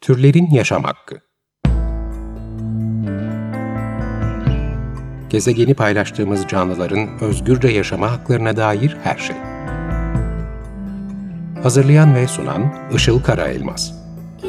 Türlerin yaşam hakkı. Gezegeni paylaştığımız canlıların özgürce yaşama haklarına dair her şey. Hazırlayan ve sunan Işıl Karaelmaz.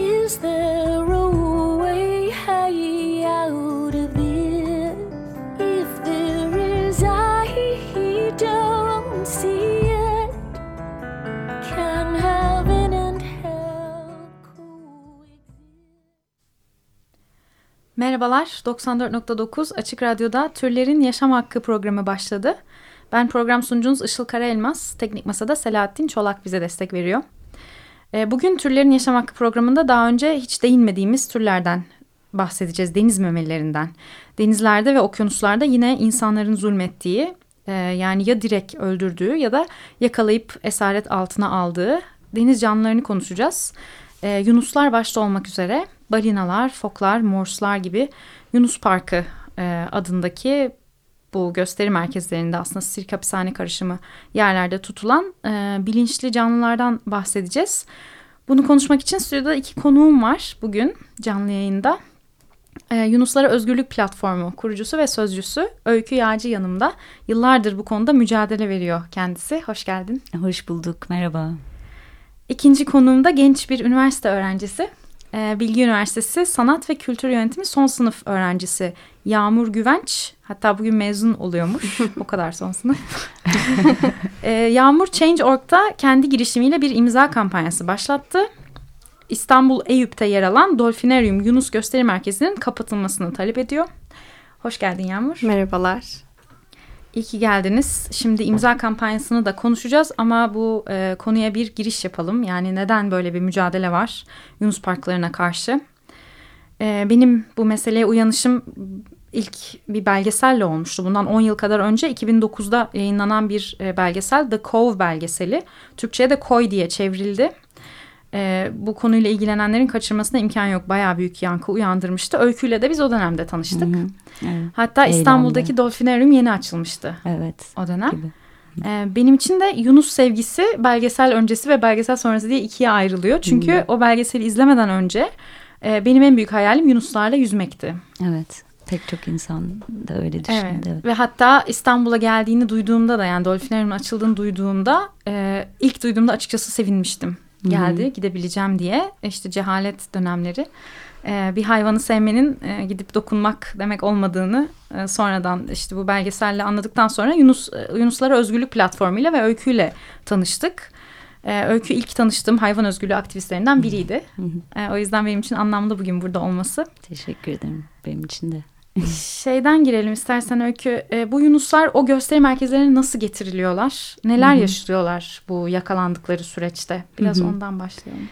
Merhabalar, 94.9 Açık Radyo'da Türlerin Yaşam Hakkı programı başladı. Ben program sunucunuz Işıl Karaelmaz, Teknik Masa'da Selahattin Çolak bize destek veriyor. Bugün Türlerin Yaşam Hakkı programında daha önce hiç değinmediğimiz türlerden bahsedeceğiz, deniz memelilerinden. Denizlerde ve okyanuslarda yine insanların zulmettiği, yani ya direkt öldürdüğü ya da yakalayıp esaret altına aldığı deniz canlılarını konuşacağız. Yunuslar başta olmak üzere balinalar, foklar, morslar gibi Yunus Parkı adındaki bu gösteri merkezlerinde aslında sirk hapishane karışımı yerlerde tutulan bilinçli canlılardan bahsedeceğiz. Bunu konuşmak için stüdyoda iki konuğum var bugün canlı yayında. Yunuslara Özgürlük Platformu kurucusu ve sözcüsü Öykü Yağcı yanımda. Yıllardır bu konuda mücadele veriyor kendisi. Hoş geldin. Hoş bulduk, merhaba. İkinci konuğum da genç bir üniversite öğrencisi. Bilgi Üniversitesi Sanat ve Kültür Yönetimi son sınıf öğrencisi Yağmur Güvenç. Hatta bugün mezun oluyormuş. O kadar son sınıf. Yağmur Change.org'da kendi girişimiyle bir imza kampanyası başlattı. İstanbul Eyüp'te yer alan Dolfinarium Yunus Gösteri Merkezi'nin kapatılmasını talep ediyor. Hoş geldin Yağmur. Merhabalar. İyi ki geldiniz. Şimdi imza kampanyasını da konuşacağız ama bu konuya bir giriş yapalım. Yani neden böyle bir mücadele var Yunus parklarına karşı? Benim bu meseleye uyanışım ilk bir belgeselle olmuştu. Bundan 10 yıl kadar önce 2009'da yayınlanan bir belgesel The Cove belgeseli. Türkçe'ye de Koy diye çevrildi. Bu konuyla ilgilenenlerin kaçırmasına imkan yok. Bayağı büyük yankı uyandırmıştı. Öyküyle de biz o dönemde tanıştık. Hı hı. Evet. Hatta İstanbul'daki Dolfinarium yeni açılmıştı. Evet. O dönem. Benim için de Yunus sevgisi belgesel öncesi ve belgesel sonrası diye ikiye ayrılıyor. Çünkü o belgeseli izlemeden önce benim en büyük hayalim Yunuslarla yüzmekti. Evet. Pek çok insan da öyle düşündü. Evet. Ve hatta İstanbul'a geldiğini duyduğumda da, yani Dolfinarium'un açıldığını duyduğumda ilk duyduğumda açıkçası sevinmiştim. Geldi, gidebileceğim diye. İşte cehalet dönemleri. Bir hayvanı sevmenin gidip dokunmak demek olmadığını sonradan işte bu belgeselle anladıktan sonra Yunuslara Özgürlük Platformu'yla ve Öykü'yle tanıştık. Öykü ilk tanıştığım hayvan özgürlüğü aktivistlerinden biriydi. O yüzden benim için anlamlı bugün burada olması. Teşekkür ederim. Benim için de. Şeyden girelim istersen Öykü. Bu Yunuslar o gösteri merkezlerine nasıl getiriliyorlar? Neler yaşıyorlar bu yakalandıkları süreçte? Biraz ondan başlayalım.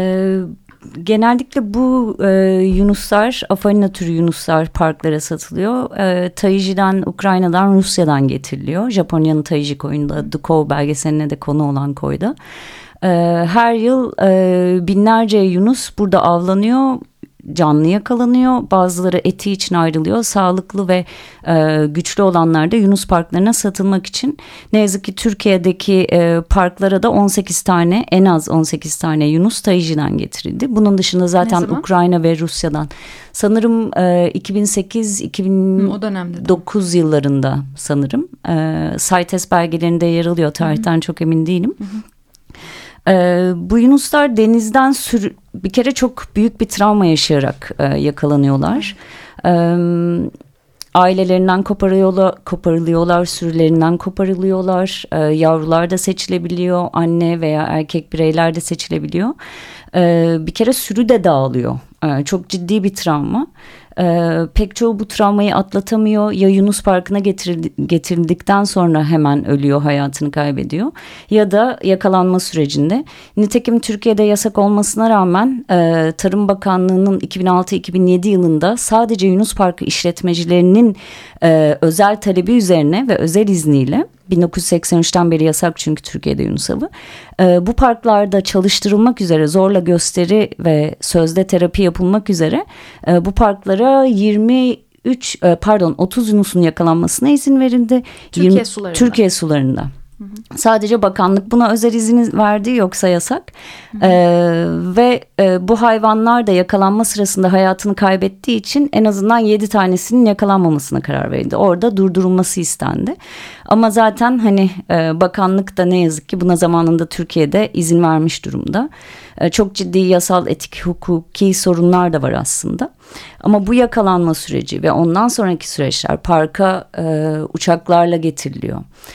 Genellikle bu Yunuslar, Afarina türü Yunuslar parklara satılıyor. Tayiji'den, Ukrayna'dan, Rusya'dan getiriliyor. Japonya'nın Tayiji koyunda, The Cove belgeseline de konu olan koyda. Her yıl binlerce Yunus burada avlanıyor. Canlı yakalanıyor. Bazıları eti için ayrılıyor. Sağlıklı ve güçlü olanlar da Yunus parklarına satılmak için. Ne yazık ki Türkiye'deki parklara da 18 tane, en az 18 tane Yunus Tayiji'den getirildi. Bunun dışında zaten Ukrayna ve Rusya'dan. Sanırım 2008-2009 yıllarında sanırım. CITES belgelerinde yer alıyor. Tarihten çok emin değilim. Bu Yunuslar denizden bir kere çok büyük bir travma yaşayarak yakalanıyorlar. Ailelerinden koparılıyorlar, sürülerinden koparılıyorlar. Yavrular da seçilebiliyor, anne veya erkek bireyler de seçilebiliyor. Bir kere sürü de dağılıyor. Çok ciddi bir travma. Pek çoğu bu travmayı atlatamıyor. Ya Yunus Parkı'na getirildikten sonra hemen ölüyor, hayatını kaybediyor. Ya da yakalanma sürecinde. Nitekim Türkiye'de yasak olmasına rağmen Tarım Bakanlığı'nın 2006-2007 yılında sadece Yunus Parkı işletmecilerinin özel talebi üzerine ve özel izniyle, 1983'ten beri yasak çünkü Türkiye'de Yunus avı, bu parklarda çalıştırılmak üzere zorla gösteri ve sözde terapi yapılmak üzere bu parklara 30 Yunus'un yakalanmasına izin verildi. Türkiye sularında. Türkiye sularında. Sadece bakanlık buna özel izin verdi, yoksa yasak. Ve bu hayvanlar da yakalanma sırasında hayatını kaybettiği için en azından 7 tanesinin yakalanmamasına karar verildi. Orada durdurulması istendi. Ama zaten hani bakanlık da ne yazık ki buna zamanında Türkiye'de izin vermiş durumda. Çok ciddi yasal, etik, hukuki sorunlar da var aslında. Ama bu yakalanma süreci ve ondan sonraki süreçler parka uçaklarla getiriliyor.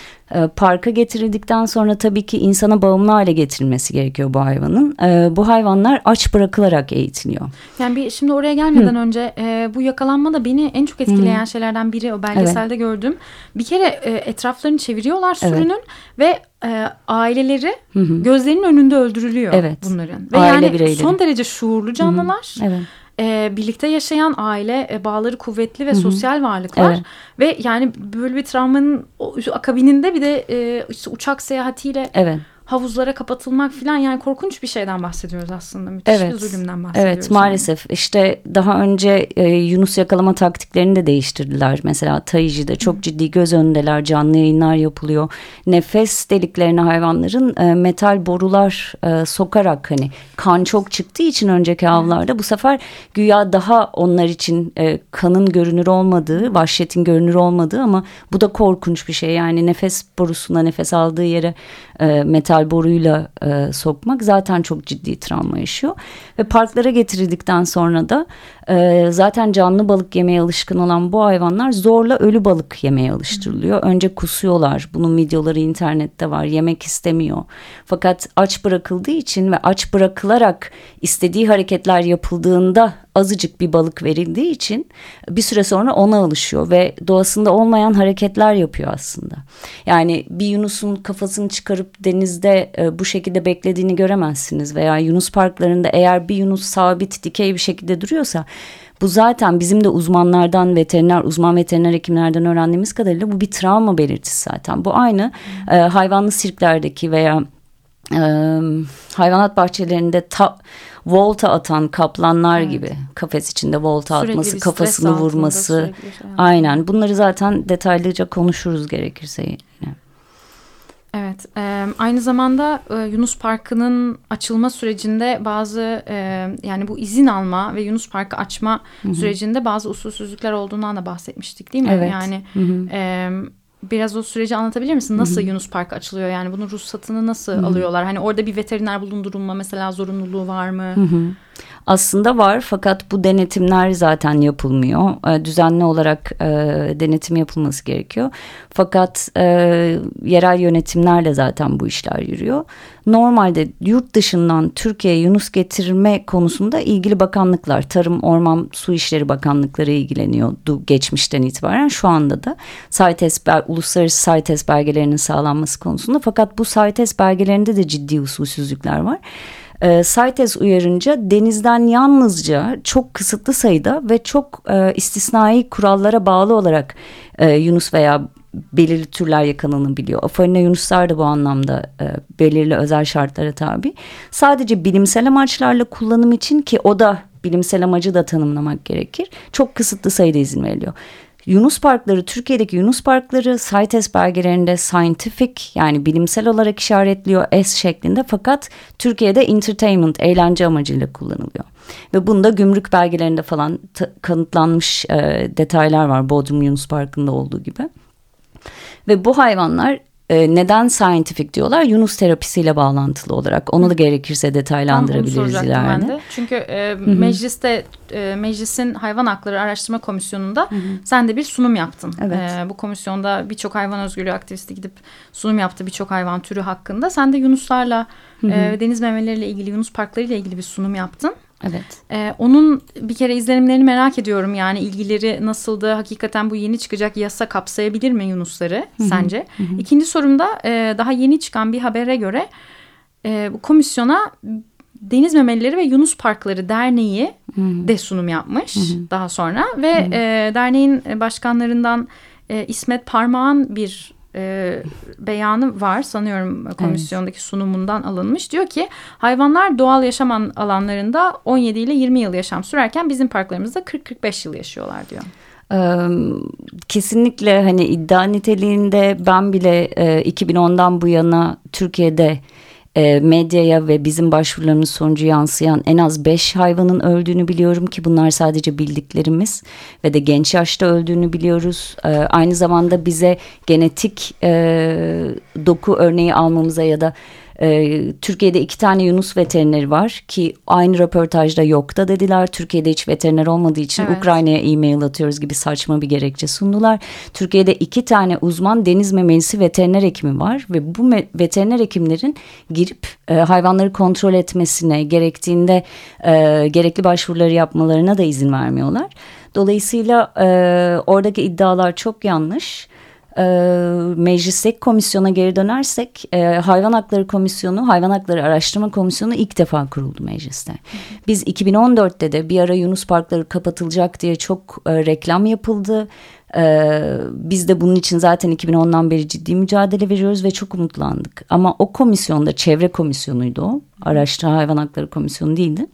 Parka getirildikten sonra tabii ki insana bağımlı hale getirilmesi gerekiyor bu hayvanın. Bu hayvanlar aç bırakılarak eğitiliyor. Yani şimdi oraya gelmeden önce bu yakalanma da beni en çok etkileyen şeylerden biri, o belgeselde gördüm. Bir kere etraflarını çeviriyorlar sürünün ve aileleri gözlerinin önünde öldürülüyor bunların. Ve aile yani bireyleri. Son derece şuurlu canlılar. Evet. Birlikte yaşayan aile bağları kuvvetli ve sosyal varlıklar ve yani böyle bir travmanın akabininde bir de işte uçak seyahatiyle havuzlara kapatılmak falan, yani korkunç bir şeyden bahsediyoruz aslında. Müthiş bir zulümden bahsediyoruz. Evet, maalesef. İşte daha önce Yunus yakalama taktiklerini de değiştirdiler. Mesela Tayiji'de çok ciddi göz önündeler, canlı yayınlar yapılıyor. Nefes deliklerine hayvanların metal borular sokarak, hani kan çok çıktığı için önceki avlarda bu sefer güya daha onlar için kanın görünür olmadığı, vahşetin görünür olmadığı, ama bu da korkunç bir şey. Yani nefes borusuna, nefes aldığı yere metal boruyla sokmak zaten çok ciddi travma yaşıyor. Ve parklara getirildikten sonra da zaten canlı balık yemeye alışkın olan bu hayvanlar zorla ölü balık yemeye alıştırılıyor. Önce kusuyorlar. Bunun videoları internette var. Yemek istemiyor. Fakat aç bırakıldığı için ve aç bırakılarak istediği hareketler yapıldığında azıcık bir balık verildiği için bir süre sonra ona alışıyor ve doğasında olmayan hareketler yapıyor aslında. Yani bir yunusun kafasını çıkarıp denizde bu şekilde beklediğini göremezsiniz, veya yunus parklarında eğer bir yunus sabit, dikey bir şekilde duruyorsa, bu zaten bizim de uzman veteriner hekimlerden öğrendiğimiz kadarıyla bu bir travma belirtisi zaten. Bu aynı hayvanlı sirklerdeki veya hayvanat bahçelerinde volta atan kaplanlar gibi, kafes içinde volta atması, kafasını vurması. Aynen, bunları zaten detaylıca konuşuruz gerekirse yine. Evet, aynı zamanda Yunus Parkı'nın açılma sürecinde bazı yani bu izin alma ve Yunus Parkı açma sürecinde bazı usulsüzlükler olduğundan da bahsetmiştik, değil mi? Evet. Yani biraz o süreci anlatabilir misin? Nasıl Yunus Parkı açılıyor? Yani bunun ruhsatını nasıl alıyorlar? Hani orada bir veteriner bulundurulma mesela zorunluluğu var mı? Aslında var, fakat bu denetimler zaten yapılmıyor. Düzenli olarak denetim yapılması gerekiyor. Fakat yerel yönetimlerle zaten bu işler yürüyor. Normalde yurt dışından Türkiye'ye yunus getirme konusunda ilgili bakanlıklar, Tarım, Orman, Su İşleri Bakanlıkları ilgileniyordu geçmişten itibaren. Şu anda da uluslararası CITES belgelerinin sağlanması konusunda. Fakat bu CITES belgelerinde de ciddi usulsüzlükler var. CITES uyarınca denizden yalnızca çok kısıtlı sayıda ve çok istisnai kurallara bağlı olarak yunus veya belirli türler yakalanabiliyor. Afarina yunuslar da bu anlamda belirli özel şartlara tabi. Sadece bilimsel amaçlarla kullanım için, ki o da bilimsel amacı da tanımlamak gerekir, çok kısıtlı sayıda izin veriliyor. Yunus parkları, Türkiye'deki Yunus parkları CITES belgelerinde scientific, yani bilimsel olarak işaretliyor S şeklinde, fakat Türkiye'de entertainment, eğlence amacıyla kullanılıyor. Ve bunda gümrük belgelerinde falan kanıtlanmış detaylar var, Bodrum Yunus Parkı'nda olduğu gibi. Ve bu hayvanlar neden scientific diyorlar? Yunus terapisiyle bağlantılı olarak. Onu da gerekirse detaylandırabiliriz ileride. Çünkü meclisin Hayvan Hakları Araştırma Komisyonu'nda sen de bir sunum yaptın. Evet. Bu komisyonda birçok hayvan özgürlüğü aktivisti gidip sunum yaptı birçok hayvan türü hakkında. Sen de yunuslarla, deniz memeleriyle ilgili, yunus parklarıyla ilgili bir sunum yaptın. Evet. Onun bir kere izlenimlerini merak ediyorum. Yani ilgileri nasıldı? Hakikaten bu yeni çıkacak yasa kapsayabilir mi yunusları sence? İkinci sorumda daha yeni çıkan bir habere göre bu komisyona Deniz Memelileri ve Yunus Parkları Derneği de sunum yapmış daha sonra. Ve derneğin başkanlarından İsmet Parmağan bir beyanı var, sanıyorum komisyondaki sunumundan alınmış. Diyor ki hayvanlar doğal yaşam alanlarında 17 ile 20 yıl yaşam sürerken bizim parklarımızda 40-45 yıl yaşıyorlar diyor. Kesinlikle hani iddia niteliğinde ben bile 2010'dan bu yana Türkiye'de medyaya ve bizim başvurularımız sonucu yansıyan en az 5 hayvanın öldüğünü biliyorum ki bunlar sadece bildiklerimiz ve de genç yaşta öldüğünü biliyoruz. Aynı zamanda bize genetik doku örneği almamıza ya da Türkiye'de 2 tane Yunus veterineri var ki aynı röportajda yok da dediler. Türkiye'de hiç veteriner olmadığı için evet, Ukrayna'ya e-mail atıyoruz gibi saçma bir gerekçe sundular. Türkiye'de 2 tane uzman deniz memelisi veteriner hekimi var ve bu veteriner hekimlerin girip hayvanları kontrol etmesine, gerektiğinde gerekli başvuruları yapmalarına da izin vermiyorlar. Dolayısıyla oradaki iddialar çok yanlış. Meclisteki komisyona geri dönersek Hayvan Hakları Komisyonu, Hayvan Hakları Araştırma Komisyonu ilk defa kuruldu mecliste. Biz 2014'te de bir ara Yunus parkları kapatılacak diye çok reklam yapıldı. Biz de bunun için zaten 2010'dan beri ciddi mücadele veriyoruz ve çok umutlandık. Ama o komisyonda çevre komisyonuydu o. Araştırma Hayvan Hakları Komisyonu değildi.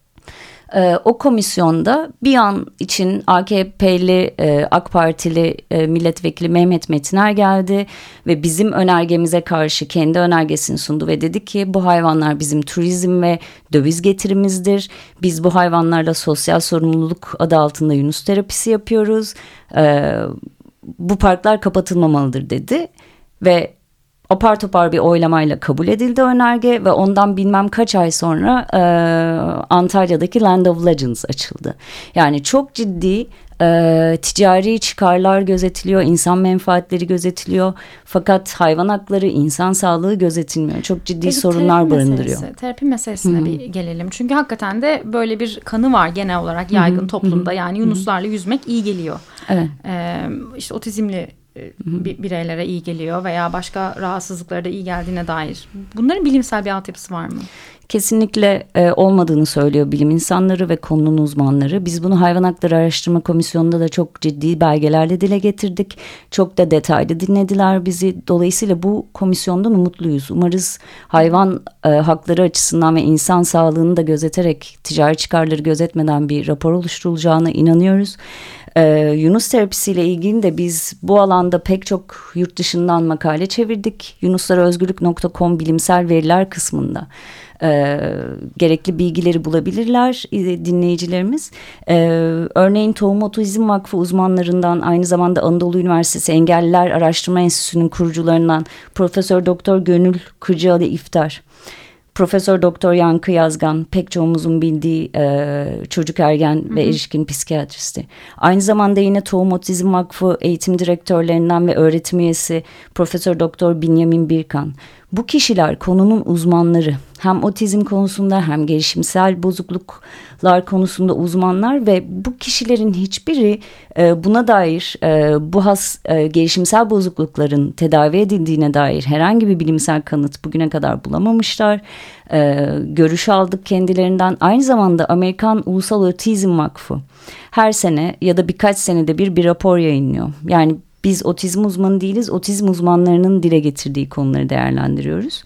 O komisyonda bir an için AKP'li, AK Partili milletvekili Mehmet Metiner geldi ve bizim önergemize karşı kendi önergesini sundu ve dedi ki bu hayvanlar bizim turizm ve döviz getirimizdir. Biz bu hayvanlarla sosyal sorumluluk adı altında Yunus terapisi yapıyoruz. Bu parklar kapatılmamalıdır dedi ve apar topar bir oylamayla kabul edildi önerge ve ondan bilmem kaç ay sonra Antalya'daki Land of Legends açıldı. Yani çok ciddi ticari çıkarlar gözetiliyor, insan menfaatleri gözetiliyor. Fakat hayvan hakları, insan sağlığı gözetilmiyor. Çok ciddi sorunlar barındırıyor. Terapi meselesine bir gelelim. Çünkü hakikaten de böyle bir kanı var genel olarak yaygın toplumda. Yani yunuslarla yüzmek iyi geliyor. Evet. İşte otizmli bireylere iyi geliyor veya başka rahatsızlıklara da iyi geldiğine dair. Bunların bilimsel bir altyapısı var mı? Kesinlikle olmadığını söylüyor bilim insanları ve konunun uzmanları. Biz bunu Hayvan Hakları Araştırma Komisyonu'nda da çok ciddi belgelerle dile getirdik. Çok da detaylı dinlediler bizi. Dolayısıyla bu komisyondan umutluyuz. Umarız hayvan hakları açısından ve insan sağlığını da gözeterek, ticari çıkarları gözetmeden bir rapor oluşturulacağına inanıyoruz. Yunus terapisiyle ilgili de biz bu alanda pek çok yurt dışından makale çevirdik. Yunuslara'ozgürlük.com bilimsel veriler kısmında gerekli bilgileri bulabilirler dinleyicilerimiz. Örneğin Tohum Otizm Vakfı uzmanlarından, aynı zamanda Anadolu Üniversitesi Engelliler Araştırma Enstitüsü'nün kurucularından Profesör Doktor Gönül Kırcaali İftar, Profesör Doktor Yankı Yazgan, pek çoğumuzun bildiği çocuk, ergen ve erişkin psikiyatristi. Aynı zamanda yine Tohum Otizm Vakfı eğitim direktörlerinden ve öğretim üyesi Profesör Doktor Binyamin Birkan. Bu kişiler konunun uzmanları. Hem otizm konusunda hem gelişimsel bozukluklar konusunda uzmanlar ve bu kişilerin hiçbiri buna dair bu gelişimsel bozuklukların tedavi edildiğine dair herhangi bir bilimsel kanıt bugüne kadar bulamamışlar. Görüş aldık kendilerinden. Aynı zamanda Amerikan Ulusal Otizm Vakfı her sene ya da birkaç senede bir rapor yayınlıyor. Yani biz otizm uzmanı değiliz, otizm uzmanlarının dile getirdiği konuları değerlendiriyoruz.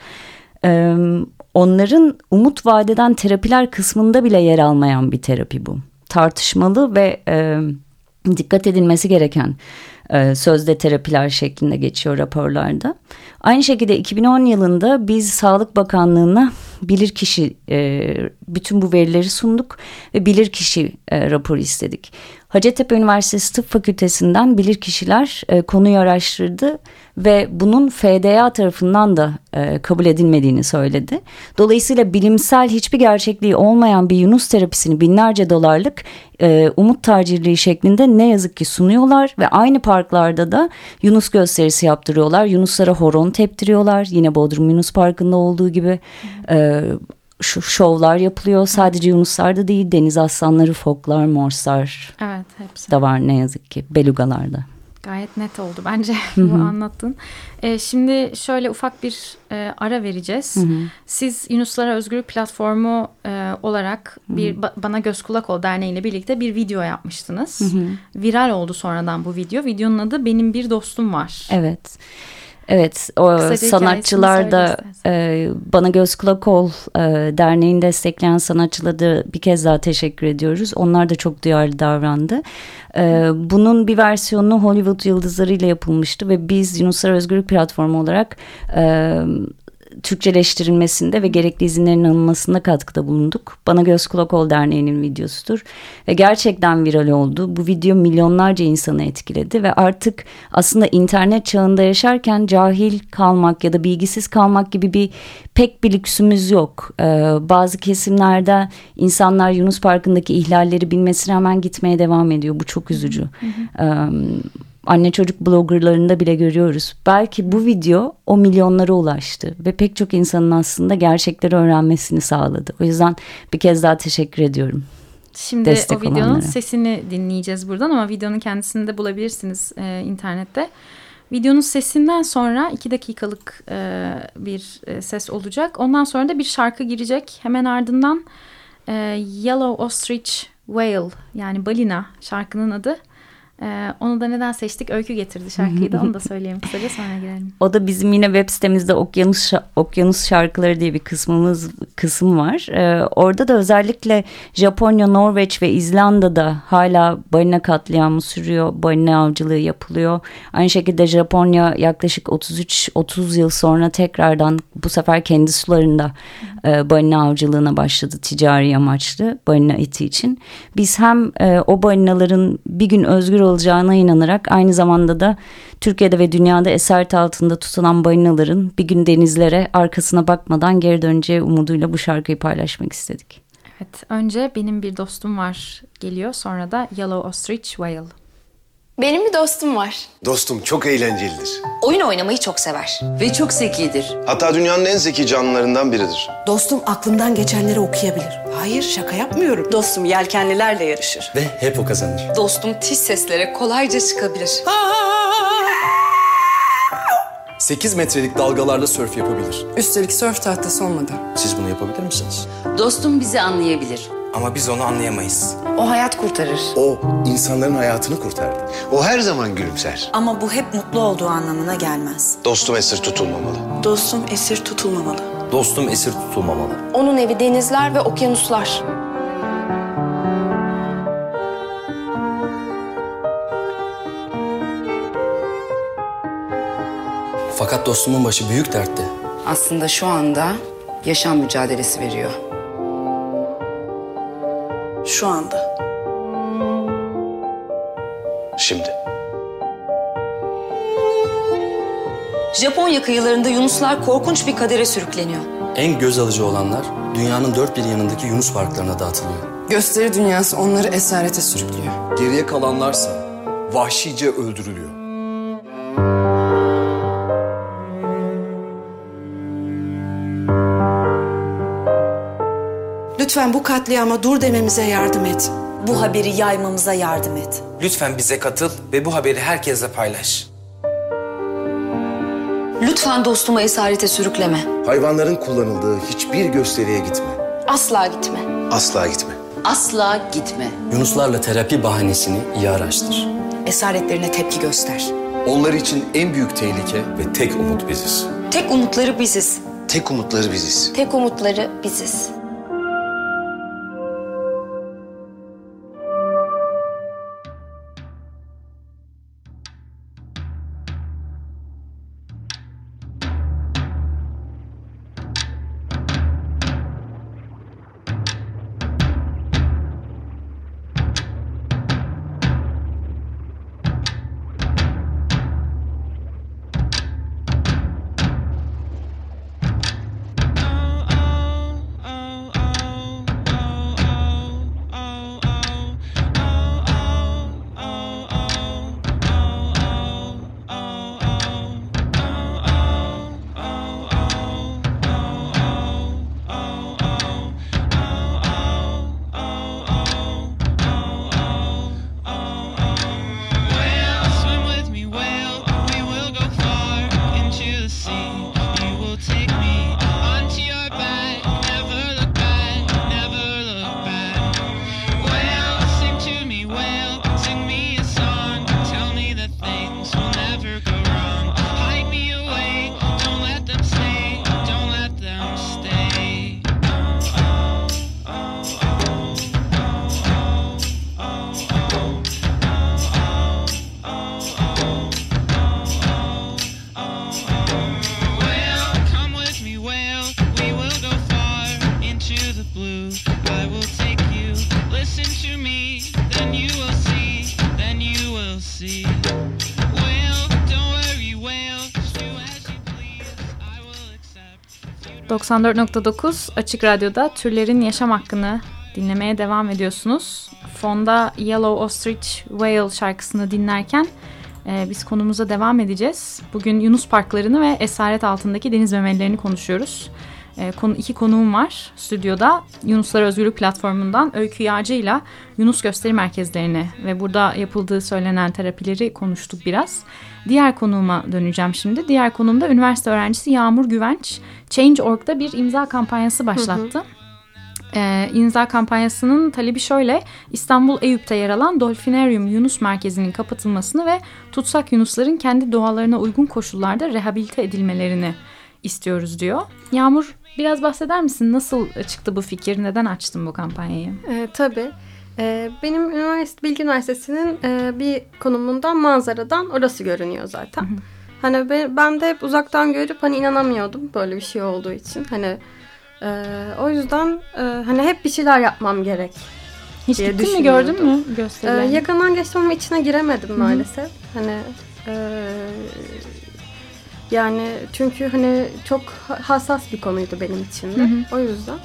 Onların umut vadeden terapiler kısmında bile yer almayan bir terapi bu. Tartışmalı ve dikkat edilmesi gereken sözde terapiler şeklinde geçiyor raporlarda. Aynı şekilde 2010 yılında biz Sağlık Bakanlığı'na bilirkişi bütün bu verileri sunduk ve bilirkişi raporu istedik. Hacettepe Üniversitesi Tıp Fakültesinden bilirkişiler konuyu araştırdı ve bunun FDA tarafından da kabul edilmediğini söyledi. Dolayısıyla bilimsel hiçbir gerçekliği olmayan bir Yunus terapisini binlerce dolarlık umut tacirliği şeklinde ne yazık ki sunuyorlar ve aynı parklarda da Yunus gösterisi yaptırıyorlar. Yunuslara horon teptiriyorlar. Yine Bodrum Yunus Parkı'nda olduğu gibi şovlar yapılıyor. Sadece Yunuslarda değil, deniz aslanları, foklar, morslar hepsi da var ne yazık ki, belugalarda. Gayet net oldu bence bu anlattın. Şimdi şöyle ufak bir ara vereceğiz. Siz Yunuslara Özgürlük Platformu olarak Bana Göz Kulak Ol Derneği ile birlikte bir video yapmıştınız. Viral oldu sonradan bu video. Videonun adı Benim Bir Dostum Var. Evet. Evet, o sanatçılar da Bana Göz Kulak Ol derneğini destekleyen sanatçılara da bir kez daha teşekkür ediyoruz. Onlar da çok duyarlı davrandı. Bunun bir versiyonu Hollywood yıldızlarıyla yapılmıştı ve biz Yunuslar Özgürlük Platformu olarak Türkçeleştirilmesinde ve gerekli izinlerin alınmasında katkıda bulunduk. Bana Göz Kulak Ol Derneği'nin videosudur ve gerçekten viral oldu. Bu video milyonlarca insanı etkiledi ve artık aslında internet çağında yaşarken cahil kalmak ya da bilgisiz kalmak gibi pek bir lüksümüz yok. Bazı kesimlerde insanlar Yunus Parkı'ndaki ihlalleri bilmesine rağmen gitmeye devam ediyor. Bu çok üzücü. Anne çocuk bloggerlarında bile görüyoruz. Belki bu video o milyonlara ulaştı ve pek çok insanın aslında gerçekleri öğrenmesini sağladı. O yüzden bir kez daha teşekkür ediyorum. Şimdi o videonun sesini dinleyeceğiz buradan ama videonun kendisini de bulabilirsiniz internette. Videonun sesinden sonra 2 dakikalık bir ses olacak. Ondan sonra da bir şarkı girecek. Hemen ardından Yellow Ostrich Whale, yani balina şarkının adı. Onu da neden seçtik? Öykü getirdi şarkıyı da, onu da söyleyeyim kısaca, sonra girelim. O da bizim yine web sitemizde Okyanus Şarkıları diye bir kısım var. Orada da özellikle Japonya, Norveç ve İzlanda'da hala balina katliamı sürüyor. Balina avcılığı yapılıyor. Aynı şekilde Japonya yaklaşık 33-30 yıl sonra tekrardan bu sefer kendi sularında balina avcılığına başladı, ticari amaçlı balina eti için. Biz hem o balinaların bir gün özgür olacağına inanarak aynı zamanda da Türkiye'de ve dünyada esaret altında tutulan balinaların bir gün denizlere arkasına bakmadan geri döneceği umuduyla bu şarkıyı paylaşmak istedik. Evet, önce Benim Bir Dostum Var geliyor, sonra da Yellow Ostrich Whale. Benim bir dostum var. Dostum çok eğlencelidir. Oyun oynamayı çok sever. Ve çok zekidir. Hatta dünyanın en zeki canlılarından biridir. Dostum aklımdan geçenleri okuyabilir. Hayır, şaka yapmıyorum. Dostum yelkenlilerle yarışır. Ve hep o kazanır. Dostum tiz seslere kolayca çıkabilir. 8 metrelik dalgalarla sörf yapabilir. Üstelik sörf tahtası olmadan. Siz bunu yapabilir misiniz? Dostum bizi anlayabilir. Ama biz onu anlayamayız. O hayat kurtarır. O insanların hayatını kurtardı. O her zaman gülümser. Ama bu hep mutlu olduğu anlamına gelmez. Dostum esir tutulmamalı. Dostum esir tutulmamalı. Dostum esir tutulmamalı. Onun evi denizler ve okyanuslar. Fakat dostumun başı büyük dertte. Aslında şu anda yaşam mücadelesi veriyor. Şu anda. Şimdi. Japonya kıyılarında yunuslar korkunç bir kadere sürükleniyor. En göz alıcı olanlar dünyanın dört bir yanındaki Yunus parklarına dağıtılıyor. Gösteri dünyası onları esarete sürüklüyor. Geriye kalanlarsa vahşice öldürülüyor. Lütfen bu katliama dur dememize yardım et. Bu haberi yaymamıza yardım et. Lütfen bize katıl ve bu haberi herkesle paylaş. Lütfen dostumu esarete sürükleme. Hayvanların kullanıldığı hiçbir gösteriye gitme. Asla gitme. Asla gitme. Asla gitme. Yunuslarla terapi bahanesini iyi araştır. Esaretlerine tepki göster. Onlar için en büyük tehlike ve tek umut biziz. Tek umutları biziz. Tek umutları biziz. Tek umutları biziz. ...94.9 Açık Radyo'da Türlerin Yaşam Hakkını dinlemeye devam ediyorsunuz. Fonda Yellow Ostrich Whale şarkısını dinlerken biz konumuza devam edeceğiz. Bugün Yunus parklarını ve esaret altındaki deniz memelilerini konuşuyoruz. İki konuğum var stüdyoda. Yunuslar Özgürlük Platformu'ndan Öykü Yağcı ile Yunus Gösteri Merkezlerini ve burada yapıldığı söylenen terapileri konuştuk biraz. Diğer konuğuma döneceğim şimdi. Diğer konuğum da üniversite öğrencisi Yağmur Güvenç. Change.org'da bir imza kampanyası başlattı. İmza kampanyasının talebi şöyle: İstanbul Eyüp'te yer alan Dolfinarium Yunus Merkezi'nin kapatılmasını ve tutsak yunusların kendi doğalarına uygun koşullarda rehabilite edilmelerini istiyoruz diyor. Yağmur, biraz bahseder misin? Nasıl çıktı bu fikir? Neden açtın bu kampanyayı? Tabii. Benim Bilgi Üniversitesi'nin bir konumundan, manzaradan orası görünüyor zaten. Hı hı. Hani ben de hep uzaktan görüp hani inanamıyordum böyle bir şey olduğu için. Hani o yüzden hani hep bir şeyler yapmam gerek. Hiç gittin mi, gördün mü gösterileri? Yakından geçtim ama içine giremedim maalesef. Hani yani çünkü hani çok hassas bir konuydu benim için de. Hı hı. O yüzden.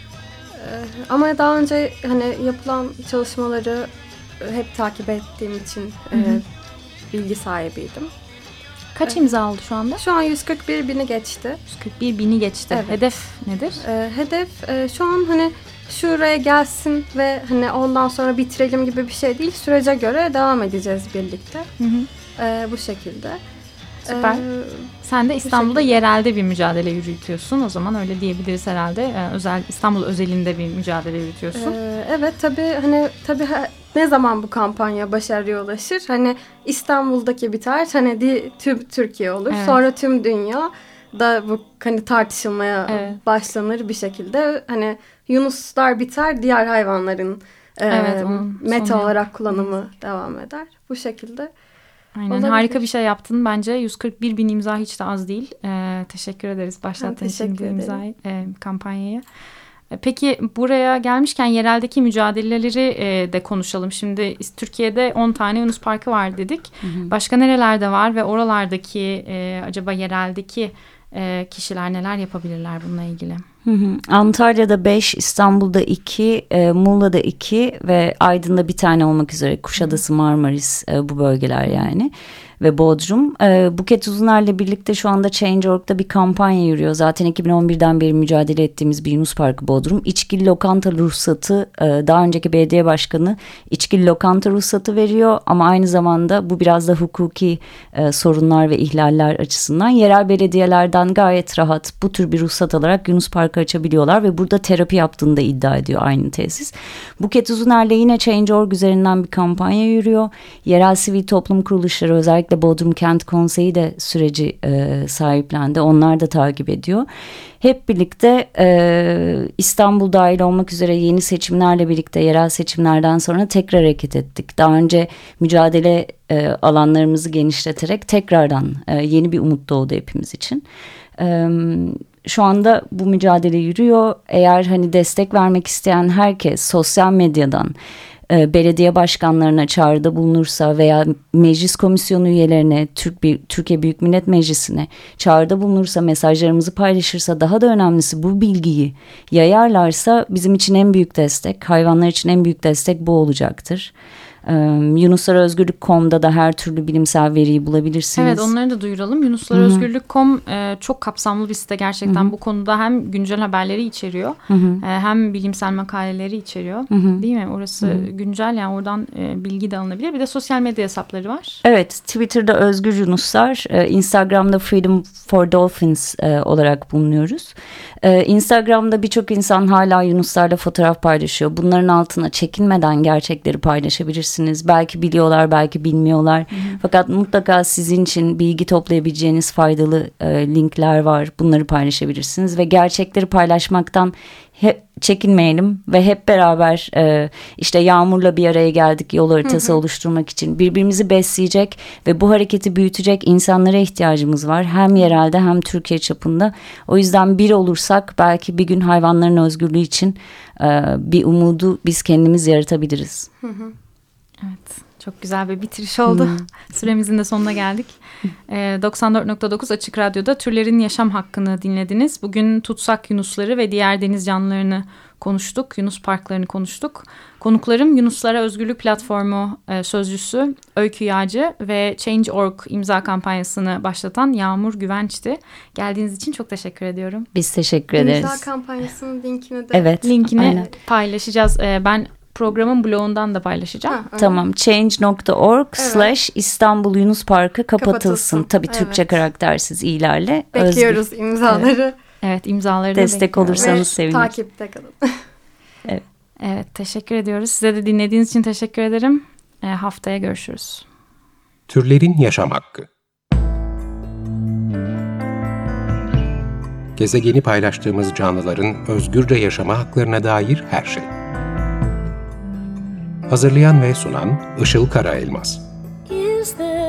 Ama daha önce hani yapılan çalışmaları hep takip ettiğim için bilgi sahibiydim. Kaç imza oldu şu anda? Şu an 141 bini geçti. 141 bini geçti. Evet. Hedef nedir? Hedef şu an hani şuraya gelsin ve hani ondan sonra bitirelim gibi bir şey değil. Sürece göre devam edeceğiz birlikte. Hı hı. Bu şekilde. Süper. Sen de İstanbul'da yerelde bir mücadele yürütüyorsun. O zaman öyle diyebiliriz herhalde. İstanbul özelinde bir mücadele yürütüyorsun. Evet, tabii ne zaman bu kampanya başarıya ulaşır? Hani İstanbul'daki biter, hani tüm Türkiye olur. Evet. Sonra tüm dünya da bu hani tartışılmaya başlanır bir şekilde. Hani Yunuslar biter, diğer hayvanların meta olarak kullanımı devam eder. Bu şekilde. Aynen, olabilir. Harika bir şey yaptın bence. 141 bin imza hiç de az değil. Teşekkür ederiz başlattığın için bu imzayı, kampanyayı. Peki buraya gelmişken yereldeki mücadeleleri de konuşalım. Şimdi Türkiye'de 10 tane Yunus Parkı var dedik. Hı hı. Başka nerelerde var ve oralardaki acaba yereldeki kişiler neler yapabilirler bununla ilgili? Hı hı. Antalya'da 5, İstanbul'da 2, Muğla'da 2 ve Aydın'da bir tane olmak üzere Kuşadası, Marmaris bu bölgeler yani ve Bodrum. Buket Uzuner'le birlikte şu anda Change.org'da bir kampanya yürüyor. Zaten 2011'den beri mücadele ettiğimiz bir Yunus Parkı Bodrum. İçkili lokanta ruhsatı, daha önceki belediye başkanı içkili lokanta ruhsatı veriyor ama aynı zamanda bu biraz da hukuki sorunlar ve ihlaller açısından yerel belediyelerden gayet rahat bu tür bir ruhsat alarak Yunus Parkı açabiliyorlar ve burada terapi yaptığını da iddia ediyor aynı tesis. Buket Uzuner'le yine Change.org üzerinden bir kampanya yürüyor. Yerel sivil toplum kuruluşları, özellikle Bodrum Kent Konseyi de süreci sahiplendi. Onlar da takip ediyor. Hep birlikte İstanbul dahil olmak üzere yeni seçimlerle birlikte yerel seçimlerden sonra tekrar hareket ettik. Daha önce mücadele alanlarımızı genişleterek tekrardan yeni bir umut doğdu hepimiz için. Şu anda bu mücadele yürüyor. Eğer hani destek vermek isteyen herkes sosyal medyadan belediye başkanlarına çağrıda bulunursa veya meclis komisyonu üyelerine, Türkiye Büyük Millet Meclisi'ne çağrıda bulunursa, mesajlarımızı paylaşırsa, daha da önemlisi bu bilgiyi yayarlarsa bizim için en büyük destek, hayvanlar için en büyük destek bu olacaktır. Yunuslarözgürlük.com'da da her türlü bilimsel veriyi bulabilirsiniz. Evet, onları da duyuralım. Yunuslarözgürlük.com çok kapsamlı bir site gerçekten. Hı-hı. Bu konuda hem güncel haberleri içeriyor, hem bilimsel makaleleri içeriyor. Hı-hı. Değil mi? Orası güncel, yani oradan bilgi de alınabilir. Bir de sosyal medya hesapları var. Evet, Twitter'da Özgür Yunuslar, Instagram'da Freedom for Dolphins olarak bulunuyoruz. Instagram'da birçok insan hala Yunuslarla fotoğraf paylaşıyor. Bunların altına çekinmeden gerçekleri paylaşabilirsiniz. Belki biliyorlar, belki bilmiyorlar. Fakat mutlaka sizin için bilgi toplayabileceğiniz faydalı linkler var. Bunları paylaşabilirsiniz ve gerçekleri paylaşmaktan çekinmeyelim ve hep beraber işte Yağmur'la bir araya geldik yol haritası oluşturmak için. Birbirimizi besleyecek ve bu hareketi büyütecek insanlara ihtiyacımız var. Hem yerelde hem Türkiye çapında. O yüzden bir olursak belki bir gün hayvanların özgürlüğü için bir umudu biz kendimiz yaratabiliriz. Evet, çok güzel bir bitiriş oldu. Süremizin de sonuna geldik. 94.9 Açık Radyo'da Türlerin Yaşam Hakkı'nı dinlediniz. Bugün tutsak yunusları ve diğer deniz canlılarını konuştuk. Yunus parklarını konuştuk. Konuklarım Yunuslara Özgürlük Platformu sözcüsü Öykü Yağcı ve Change.org imza kampanyasını başlatan Yağmur Güvenç'ti. Geldiğiniz için çok teşekkür ediyorum. Biz teşekkür ederiz. İmza kampanyasının linkini de linkini paylaşacağız. Ben programın blogundan da paylaşacağım. Tamam. Change.org/İstanbul Yunus Parkı kapatılsın. Tabii Türkçe karaktersiz ilerle. Bekliyoruz imzaları. Evet, imzaları destek olursanız seviniriz. Takipte kalın. Evet, teşekkür ediyoruz. Size de dinlediğiniz için teşekkür ederim. Haftaya görüşürüz. Türlerin Yaşam Hakkı. Gezegeni paylaştığımız canlıların özgürce yaşama haklarına dair her şey. Hazırlayan ve sunan Işıl Karaelmaz.